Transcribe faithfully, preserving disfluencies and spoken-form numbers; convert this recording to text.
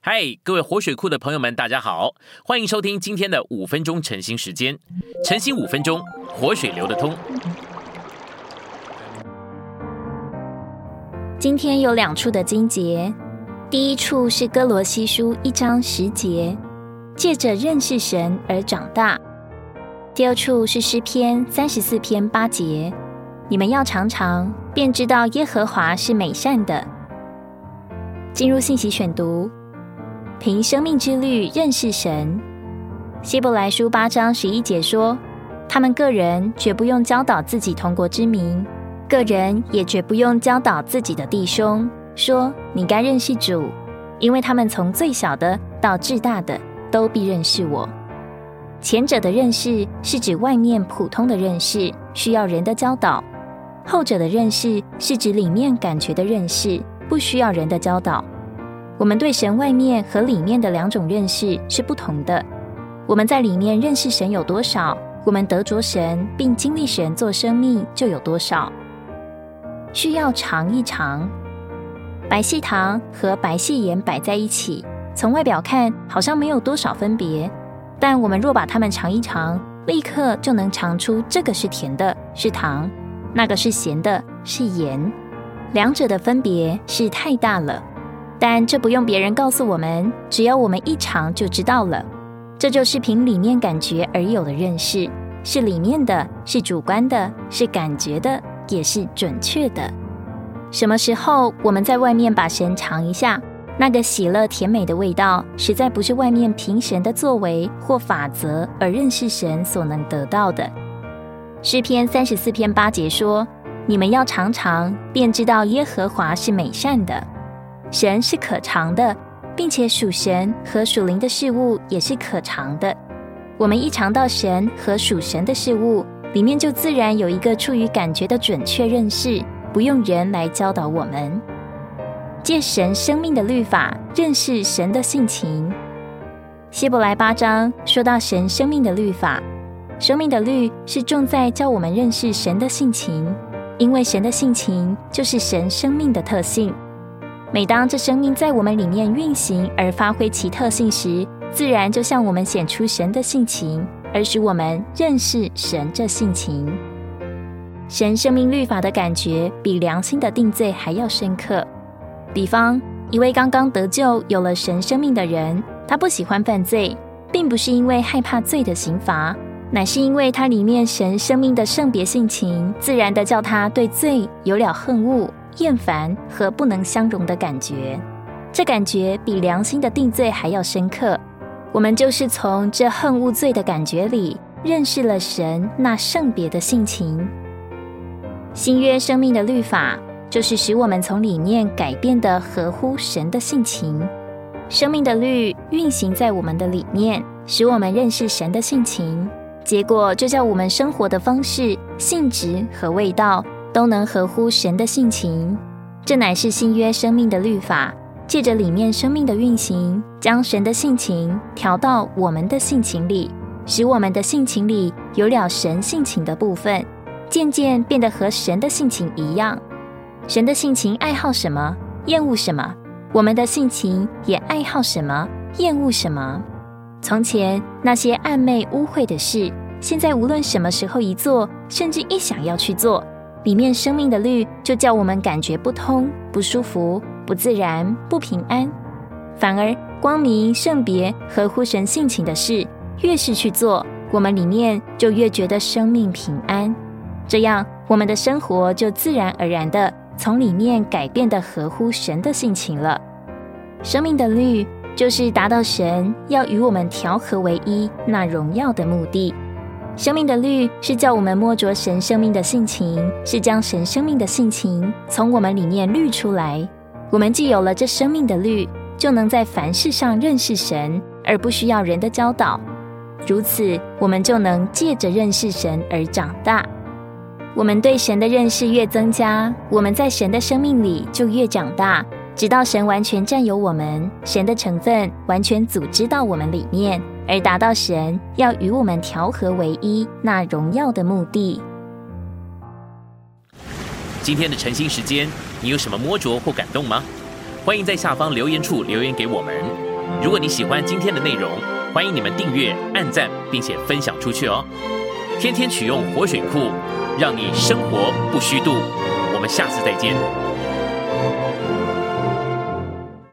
嗨，各位活水库的朋友们，大家好，欢迎收听今天的五分钟晨兴时间。晨兴五分钟，活水流得通。 今天有两处的经节，第一处是哥罗西书一章十节，借着认识神而长大；第二处是诗篇三十四篇八节，你们要尝尝，便知道耶和华是美善的。进入信息选读，凭生命之律认识神。希伯来书八章十一节说，他们个人绝不用教导自己同国之民，个人也绝不用教导自己的弟兄，说你该认识主，因为他们从最小的到至大的都必认识我。前者的认识是指外面普通的认识，需要人的教导；后者的认识是指里面感觉的认识，不需要人的教导。我们对神外面和里面的两种认识是不同的。我们在里面认识神有多少，我们得着神并经历神做生命就有多少。需要尝一尝。白细糖和白细盐摆在一起，从外表看好像没有多少分别，但我们若把它们尝一尝，立刻就能尝出这个是甜的，是糖；那个是咸的，是盐。两者的分别是太大了，但这不用别人告诉我们，只要我们一尝就知道了。这就是凭里面感觉而有的认识，是里面的，是主观的，是感觉的，也是准确的。什么时候我们在外面把神尝一下，那个喜乐甜美的味道，实在不是外面凭神的作为或法则而认识神所能得到的。诗篇三十四篇八节说，你们要尝尝，便知道耶和华是美善的。神是可尝的，并且属神和属灵的事物也是可尝的。我们一尝到神和属神的事物，里面就自然有一个出于感觉的准确认识，不用人来教导我们。借神生命的律法认识神的性情。希伯来八章说到神生命的律法，生命的律是重在教我们认识神的性情，因为神的性情就是神生命的特性。每当这生命在我们里面运行而发挥其特性时，自然就向我们显出神的性情，而使我们认识神这性情。神生命律法的感觉比良心的定罪还要深刻。比方，一位刚刚得救有了神生命的人，他不喜欢犯罪，并不是因为害怕罪的刑罚，乃是因为他里面神生命的圣别性情，自然的叫他对罪有了恨恶、厌烦和不能相容的感觉。这感觉比良心的定罪还要深刻。我们就是从这恨恶罪的感觉里，认识了神那圣别的性情。新约生命的律法，就是使我们从里面改变的合乎神的性情。生命的律运行在我们的里面，使我们认识神的性情，结果就叫我们生活的方式、性质和味道都能合乎神的性情。这乃是新约生命的律法，借着里面生命的运行，将神的性情调到我们的性情里，使我们的性情里有了神性情的部分，渐渐变得和神的性情一样。神的性情爱好什么，厌恶什么，我们的性情也爱好什么，厌恶什么。从前那些暗昧污秽的事，现在无论什么时候一做，甚至一想要去做，里面生命的律就叫我们感觉不通、不舒服、不自然、不平安。反而光明、圣别、合乎神性情的事，越是去做，我们里面就越觉得生命平安。这样我们的生活就自然而然的从里面改变的合乎神的性情了。生命的律就是达到神要与我们调和为一那荣耀的目的。生命的律是叫我们摸着神生命的性情，是将神生命的性情从我们里面律出来。我们既有了这生命的律，就能在凡事上认识神，而不需要人的教导。如此，我们就能借着认识神而长大。我们对神的认识越增加，我们在神的生命里就越长大，直到神完全占有我们，神的成分完全组织到我们里面，而达到神要与我们调和为一那荣耀的目的。 今天的晨兴时间，你有什么摸着或感动吗？欢迎在下方留言处留言给我们。 如果你喜欢今天的内容，欢迎你们订阅、按赞，并且分享出去哦。天天取用活水库，让你生活不虚度。我们下次再见。